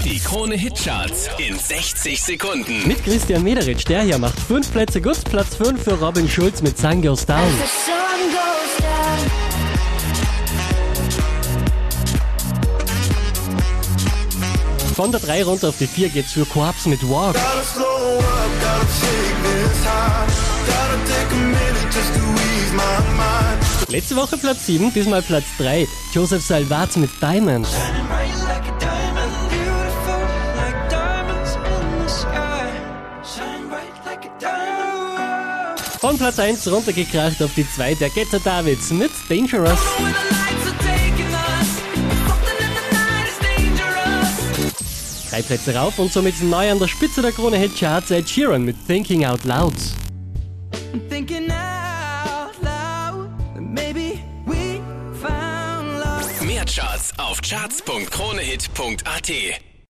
Die Krone-Hitcharts in 60 Sekunden. Mit Christian Mederitsch, der hier macht 5 Plätze gut. Platz 5 für Robin Schulz mit Sun Goes Down. Von der 3 runter auf die 4 geht's für Corps mit Walk. Letzte Woche Platz 7, diesmal Platz 3. Joseph Salvat mit Diamond. Von Platz 1 runtergekracht auf die 2, der Getter Davids mit Dangerous. 3 Plätze rauf und somit neu an der Spitze der Krone-Hitcharts Ed Sheeran mit Thinking Out Loud. Mehr Charts auf charts.kronehit.at.